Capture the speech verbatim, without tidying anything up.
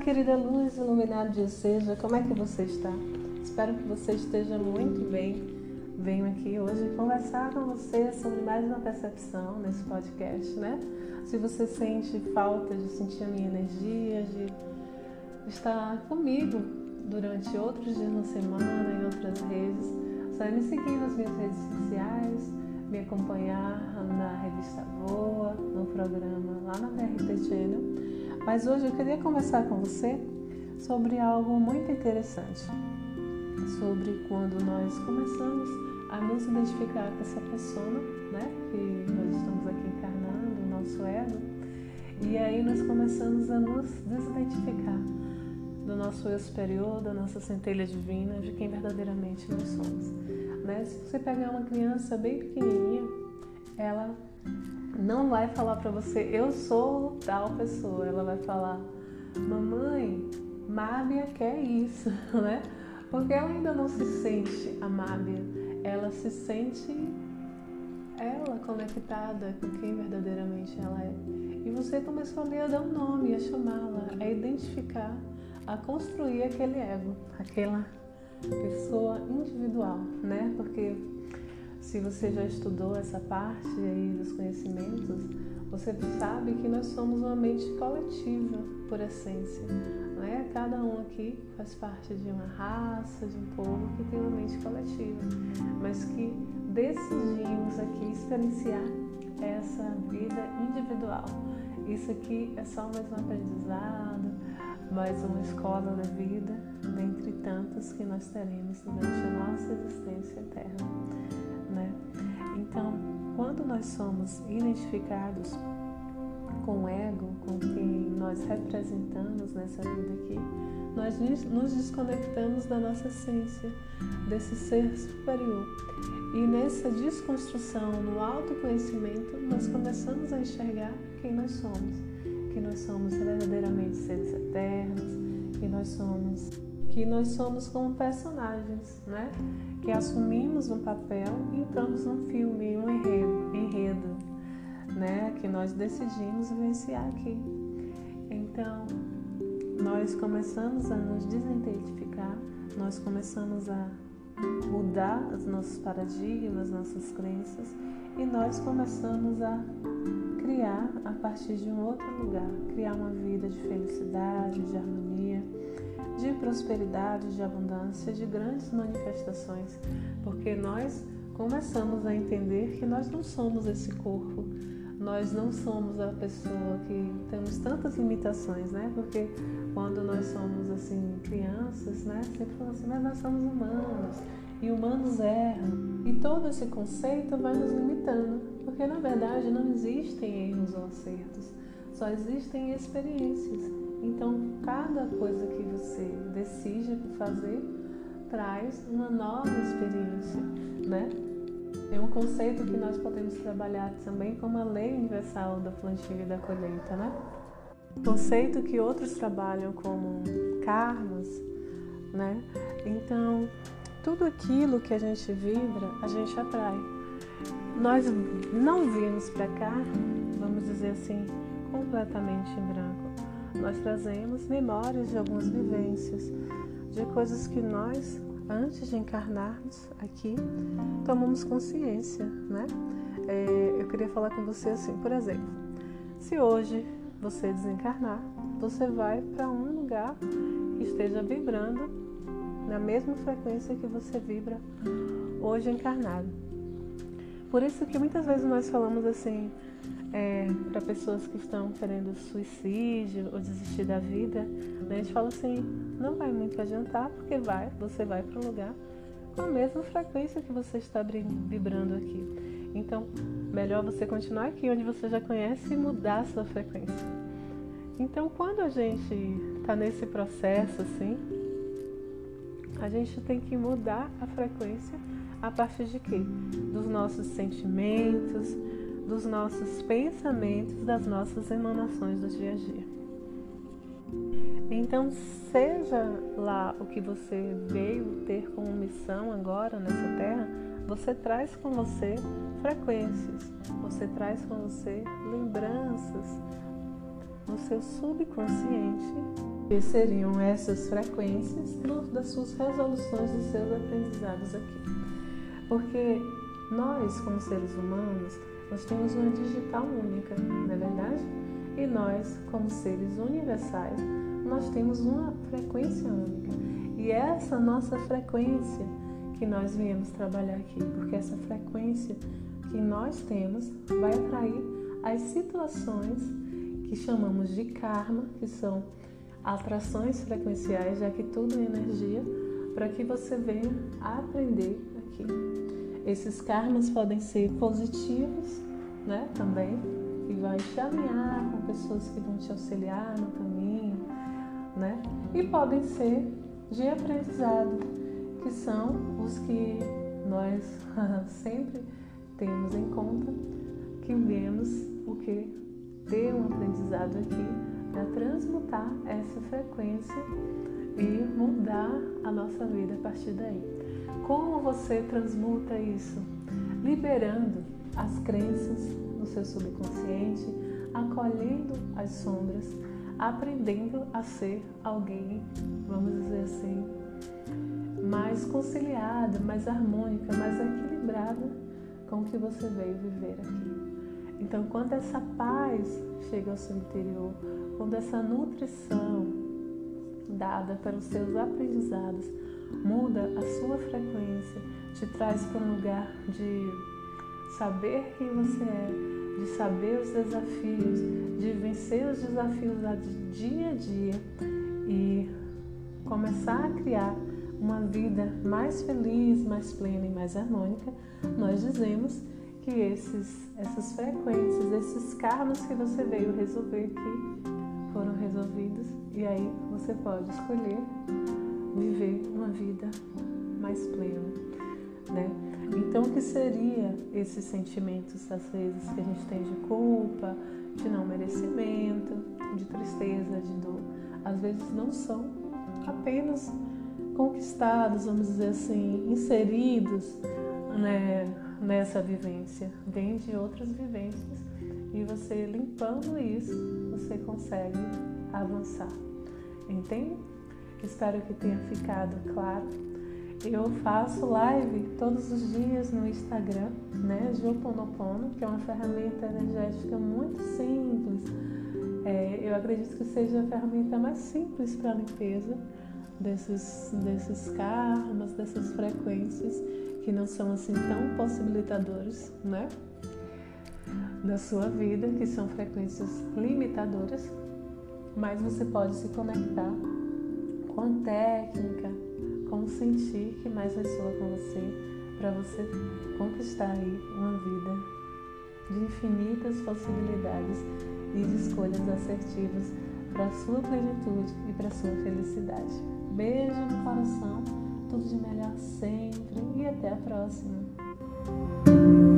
querida luz, iluminado dia seja, como é que você está? Espero que você esteja muito bem. Venho aqui hoje conversar com você sobre mais uma percepção nesse podcast, né? Se você sente falta de sentir a minha energia, de estar comigo durante outros dias na semana, em outras redes, você vai me seguir nas minhas redes sociais, me acompanhar na revista Voa, no programa lá na V R T Channel. Mas hoje eu queria conversar com você sobre algo muito interessante, sobre quando nós começamos a nos identificar com essa persona, né, que nós estamos aqui encarnando, o nosso ego, e aí nós começamos a nos desidentificar do nosso eu superior, da nossa centelha divina, de quem verdadeiramente nós somos. Né? Se você pegar uma criança bem pequenininha, ela não vai falar para você, eu sou tal pessoa. Ela vai falar, mamãe, Mábia quer isso, né? Porque ela ainda não se sente a Mábia, ela se sente ela conectada com quem verdadeiramente ela é. E você começou ali a dar um nome, a chamá-la, a identificar, a construir aquele ego, aquela pessoa individual, né? Porque se você já estudou essa parte aí dos conhecimentos, você sabe que nós somos uma mente coletiva por essência, né? Cada um aqui faz parte de uma raça, de um povo que tem uma mente coletiva, mas que decidimos aqui experienciar essa vida individual. Isso aqui é só mais um aprendizado, mais uma escola da vida, dentre tantas que nós teremos durante a nossa existência eterna, né? Então, quando nós somos identificados com o ego, com quem nós representamos nessa vida aqui, nós nos desconectamos da nossa essência, desse ser superior. E nessa desconstrução, no autoconhecimento, nós começamos a enxergar quem nós somos, que nós somos verdadeiramente seres eternos, que nós somos, que nós somos como personagens, né? Que assumimos um papel e entramos num filme, em um enredo, enredo, né? Que nós decidimos vivenciar aqui. Então, nós começamos a nos desidentificar, nós começamos a mudar os nossos paradigmas, nossas crenças, e nós começamos a criar a partir de um outro lugar, criar uma vida de felicidade, de harmonia, de prosperidade, de abundância, de grandes manifestações, porque nós começamos a entender que nós não somos esse corpo, nós não somos a pessoa que temos tantas limitações, né? Porque quando nós somos assim crianças, né, sempre falam assim, mas nós somos humanos e humanos erram, e todo esse conceito vai nos limitando, porque na verdade não existem erros ou acertos, só existem experiências. Então cada coisa que você decide fazer traz uma nova experiência, né? É um conceito que nós podemos trabalhar também como a lei universal da plantio e da colheita, né? Conceito que outros trabalham como karmas, né? Então, tudo aquilo que a gente vibra, a gente atrai. Nós não viemos para cá, vamos dizer assim, completamente em branco. Nós trazemos memórias de algumas vivências, de coisas que nós, antes de encarnarmos aqui, tomamos consciência, né? É, eu queria falar com você assim, por exemplo, se hoje você desencarnar, você vai para um lugar que esteja vibrando na mesma frequência que você vibra hoje encarnado. Por isso que muitas vezes nós falamos assim, é, para pessoas que estão querendo suicídio ou desistir da vida, né, a gente fala assim, não vai muito adiantar, porque vai, você vai para um lugar com a mesma frequência que você está vibrando aqui. Então, melhor você continuar aqui onde você já conhece e mudar a sua frequência. Então, quando a gente está nesse processo assim, a gente tem que mudar a frequência a partir de quê? Dos nossos sentimentos, dos nossos pensamentos, das nossas emanações do dia a dia. Então, seja lá o que você veio ter como missão agora nessa Terra, você traz com você frequências, você traz com você lembranças no seu subconsciente Que seriam essas frequências das suas resoluções dos seus aprendizados aqui. Porque nós, como seres humanos, nós temos uma digital única, não é verdade? E nós, como seres universais, nós temos uma frequência única. E é essa nossa frequência que nós viemos trabalhar aqui, porque essa frequência que nós temos vai atrair as situações que chamamos de karma, que são atrações frequenciais, já que tudo é energia, para que você venha a aprender aqui. Esses karmas podem ser positivos, né, também, que vai te alinhar com pessoas que vão te auxiliar no caminho, né, e podem ser de aprendizado, que são os que nós sempre temos em conta, que vemos o que ter um aprendizado aqui para transmutar essa frequência e mudar a nossa vida a partir daí. Como você transmuta isso? Liberando as crenças no seu subconsciente, acolhendo as sombras, aprendendo a ser alguém, vamos dizer assim, mais conciliada, mais harmônica, mais equilibrada com o que você veio viver aqui. Então, quando essa paz chega ao seu interior, quando essa nutrição dada pelos seus aprendizados muda a sua frequência, te traz para um lugar de saber quem você é, de saber os desafios, de vencer os desafios de dia a dia e começar a criar uma vida mais feliz, mais plena e mais harmônica, nós dizemos que esses, essas frequências, esses karmas que você veio resolver aqui foram resolvidos e aí você pode escolher viver uma vida mais plena, né? Então, o que seria esses sentimentos, às vezes, que a gente tem de culpa, de não merecimento, de tristeza, de dor? Às vezes não são apenas conquistados, vamos dizer assim, inseridos, né, nessa vivência, vem de outras vivências e você limpando isso, você consegue avançar, entende? Espero que tenha ficado claro. Eu faço live todos os dias no Instagram, né, Jo'Ponopono, que é uma ferramenta energética muito simples. É, eu acredito que seja a ferramenta mais simples para a limpeza desses, desses karmas, dessas frequências que não são assim tão possibilitadores, né, da sua vida, que são frequências limitadoras, mas você pode se conectar com a técnica, com o sentir que mais ressoa com você, para você conquistar aí uma vida de infinitas possibilidades e de escolhas assertivas para a sua plenitude e para a sua felicidade. Beijo no coração, tudo de melhor sempre e até a próxima!